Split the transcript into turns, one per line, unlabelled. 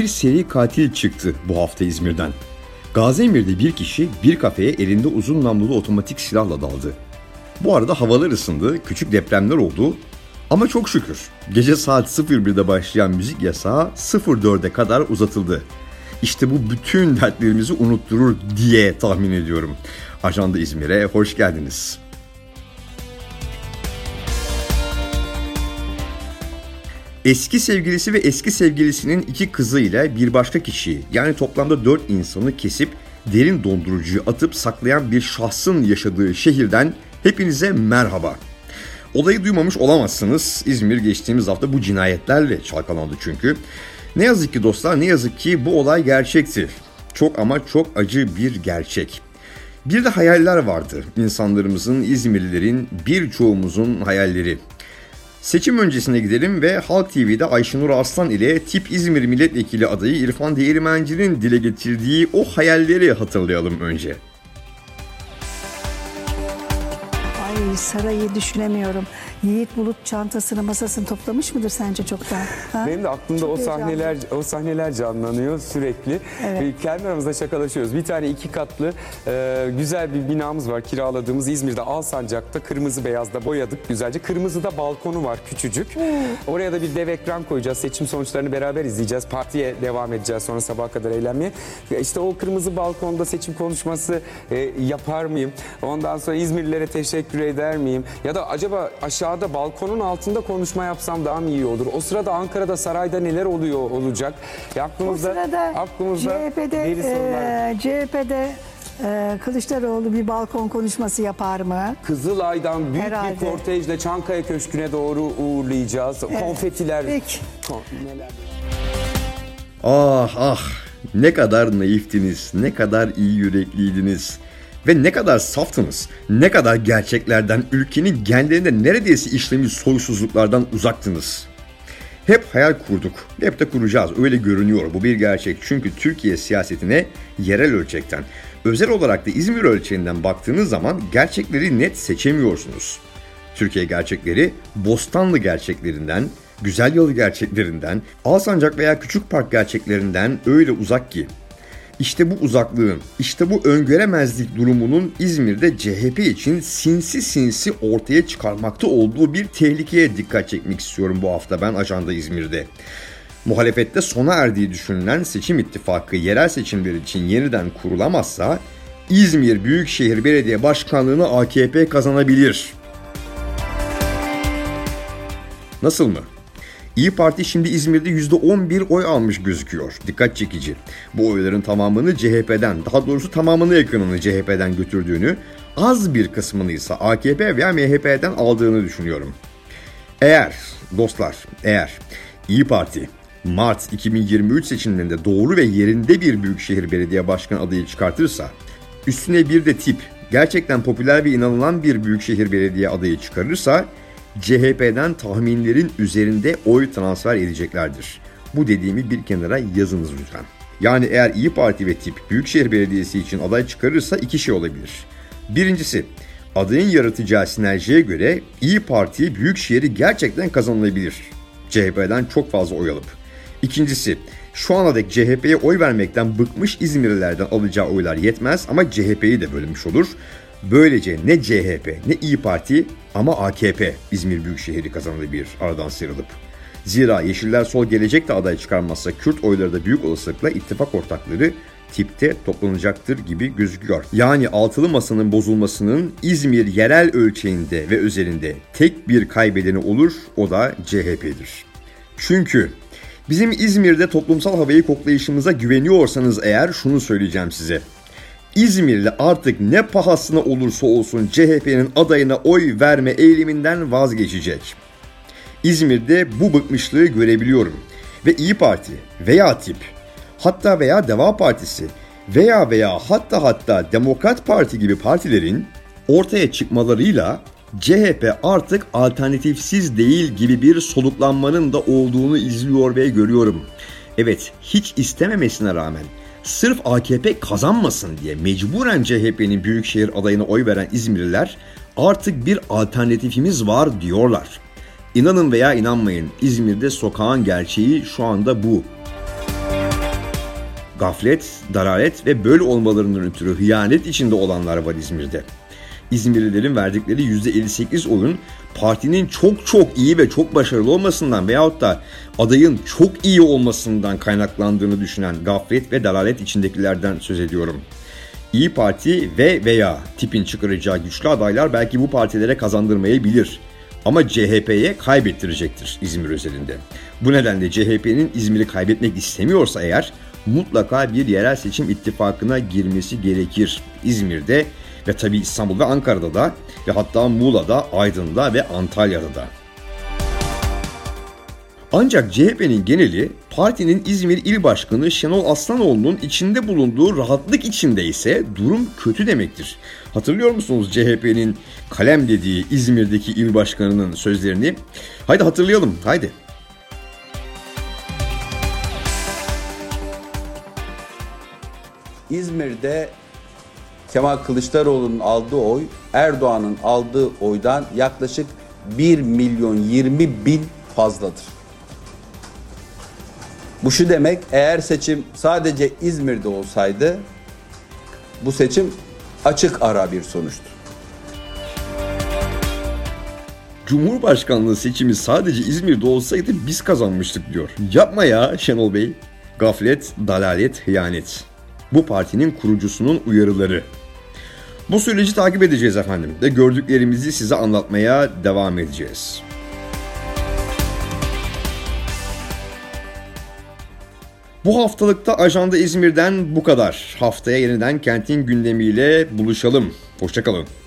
Bir seri katil çıktı bu hafta İzmir'den. Gaziemir'de bir kişi bir kafeye elinde uzun namlulu otomatik silahla daldı. Bu arada havalar ısındı, küçük depremler oldu. Ama çok şükür gece saat 01'de başlayan müzik yasağı 04'e kadar uzatıldı. İşte bu bütün dertlerimizi unutturur diye tahmin ediyorum. Ajanda İzmir'e hoş geldiniz. Eski sevgilisi ve eski sevgilisinin 2 kızıyla bir başka kişiyi, yani toplamda 4 insanı kesip derin dondurucuyu atıp saklayan bir şahsın yaşadığı şehirden hepinize merhaba. Olayı duymamış olamazsınız. İzmir geçtiğimiz hafta bu cinayetlerle çalkalandı çünkü. Ne yazık ki dostlar, ne yazık ki bu olay gerçekti. Çok ama çok acı bir gerçek. Bir de hayaller vardı. İnsanlarımızın, İzmirlilerin, birçoğumuzun hayalleri. Seçim öncesine gidelim ve Halk TV'de Ayşenur Arslan ile Tip İzmir Milletvekili adayı İrfan Değirmenci'nin dile getirdiği o hayalleri hatırlayalım önce.
Ay, sarayı düşünemiyorum. Yiğit Bulut çantasını, masasını toplamış mıdır sence çoktan? Ha?
Benim de aklımda
Çok
o sahneler canlanıyor sürekli.
Evet.
Kendi aramızda şakalaşıyoruz. Bir tane 2 katlı güzel bir binamız var, kiraladığımız İzmir'de Alsancak'ta, kırmızı beyazda boyadık güzelce. Kırmızıda balkonu var küçücük. Oraya da bir dev ekran koyacağız. Seçim sonuçlarını beraber izleyeceğiz. Partiye devam edeceğiz sonra sabaha kadar eğlenmeye. İşte o kırmızı balkonda seçim konuşması yapar mıyım? Ondan sonra İzmirlilere teşekkür eder miyim? Ya da acaba aşağıda balkonun altında konuşma yapsam daha mı iyi olur? O sırada Ankara'da, sarayda neler olacak?
aklımızda CHP'de Kılıçdaroğlu bir balkon konuşması yapar mı?
Kızılay'dan büyük
Herhalde.
bir kortejle Çankaya Köşkü'ne doğru uğurlayacağız. Evet. Konfetiler.
Peki.
Neler?
Ah, ne kadar naiftiniz, ne kadar iyi yürekliydiniz. Ve ne kadar saftınız, ne kadar gerçeklerden, ülkenin genlerinde neredeyse işlemiş soysuzluklardan uzaktınız. Hep hayal kurduk, hep de kuracağız, öyle görünüyor. Bu bir gerçek, çünkü Türkiye siyasetine yerel ölçekten, özel olarak da İzmir ölçeğinden baktığınız zaman gerçekleri net seçemiyorsunuz. Türkiye gerçekleri, Bostanlı gerçeklerinden, Güzelyalı gerçeklerinden, Alsancak veya Küçükpark gerçeklerinden öyle uzak ki. İşte bu uzaklığın, işte bu öngöremezlik durumunun İzmir'de CHP için sinsi ortaya çıkarmakta olduğu bir tehlikeye dikkat çekmek istiyorum bu hafta ben Ajanda İzmir'de. Muhalefette sona erdiği düşünülen seçim ittifakı yerel seçimler için yeniden kurulamazsa İzmir Büyükşehir Belediye Başkanlığı'nı AKP kazanabilir. Nasıl mı? İyi Parti şimdi İzmir'de %11 oy almış gözüküyor. Dikkat çekici. Bu oyların tamamını CHP'den, daha doğrusu tamamına yakınını CHP'den götürdüğünü, az bir kısmını ise AKP veya MHP'den aldığını düşünüyorum. Eğer İyi Parti Mart 2023 seçimlerinde doğru ve yerinde bir Büyükşehir Belediye Başkanı adayı çıkartırsa, üstüne bir de tip, gerçekten popüler ve inanılan bir Büyükşehir Belediye adayı çıkarırsa, CHP'den tahminlerin üzerinde oy transfer edeceklerdir. Bu dediğimi bir kenara yazınız lütfen. Yani eğer İyi Parti ve tip Büyükşehir Belediyesi için aday çıkarırsa 2 şey olabilir. Birincisi, adayın yaratacağı sinerjiye göre İyi Parti Büyükşehir'i gerçekten kazanılabilir. CHP'den çok fazla oy alıp. İkincisi, şu ana dek CHP'ye oy vermekten bıkmış İzmirlilerden alacağı oylar yetmez ama CHP'yi de bölünmüş olur. Böylece ne CHP ne İyi Parti ama AKP İzmir Büyükşehir'i kazanabilir aradan sıyrılıp. Zira Yeşiller Sol Gelecek de aday çıkarmazsa Kürt oyları da büyük olasılıkla ittifak ortakları tipte toplanacaktır gibi gözüküyor. Yani altılı masanın bozulmasının İzmir yerel ölçeğinde ve özelinde tek bir kaybedeni olur, o da CHP'dir. Çünkü bizim İzmir'de toplumsal havayı koklayışımıza güveniyorsanız eğer şunu söyleyeceğim size. İzmirli artık ne pahasına olursa olsun CHP'nin adayına oy verme eğiliminden vazgeçecek. İzmir'de bu bıkmışlığı görebiliyorum. Ve İyi Parti veya tip, hatta veya Deva Partisi veya hatta Demokrat Parti gibi partilerin ortaya çıkmalarıyla CHP artık alternatifsiz değil gibi bir soluklanmanın da olduğunu izliyor ve görüyorum. Evet, hiç istememesine rağmen sırf AKP kazanmasın diye mecburen CHP'nin Büyükşehir adayına oy veren İzmirliler artık bir alternatifimiz var diyorlar. İnanın veya inanmayın, İzmir'de sokağın gerçeği şu anda bu. Gaflet, dalalet ve böyle olmalarından ötürü hıyanet içinde olanlar var İzmir'de. İzmirlilerin verdikleri %58 oyun partinin çok iyi ve çok başarılı olmasından veyahut da adayın çok iyi olmasından kaynaklandığını düşünen gaflet ve dalalet içindekilerden söz ediyorum. İyi Parti ve veya tipin çıkaracağı güçlü adaylar belki bu partilere kazandırmayabilir. Ama CHP'ye kaybettirecektir İzmir özelinde. Bu nedenle CHP'nin İzmir'i kaybetmek istemiyorsa eğer mutlaka bir yerel seçim ittifakına girmesi gerekir. İzmir'de ve tabii İstanbul ve Ankara'da da ve hatta Muğla'da, Aydın'da ve Antalya'da da. Ancak CHP'nin geneli partinin İzmir İl Başkanı Şenol Aslanoğlu'nun içinde bulunduğu rahatlık içinde ise durum kötü demektir. Hatırlıyor musunuz CHP'nin kalem dediği İzmir'deki il başkanının sözlerini? Haydi hatırlayalım, haydi.
İzmir'de Kemal Kılıçdaroğlu'nun aldığı oy, Erdoğan'ın aldığı oydan yaklaşık 1.020.000 fazladır. Bu şu demek, eğer seçim sadece İzmir'de olsaydı, bu seçim açık ara bir sonuçtur.
Cumhurbaşkanlığı seçimi sadece İzmir'de olsaydı biz kazanmıştık diyor. Yapma ya Şenol Bey. Gaflet, dalalet, hıyanet. Bu partinin kurucusunun uyarıları. Bu süreci takip edeceğiz efendim ve gördüklerimizi size anlatmaya devam edeceğiz. Bu haftalıkta Ajanda İzmir'den bu kadar. Haftaya yeniden kentin gündemiyle buluşalım. Hoşça kalın.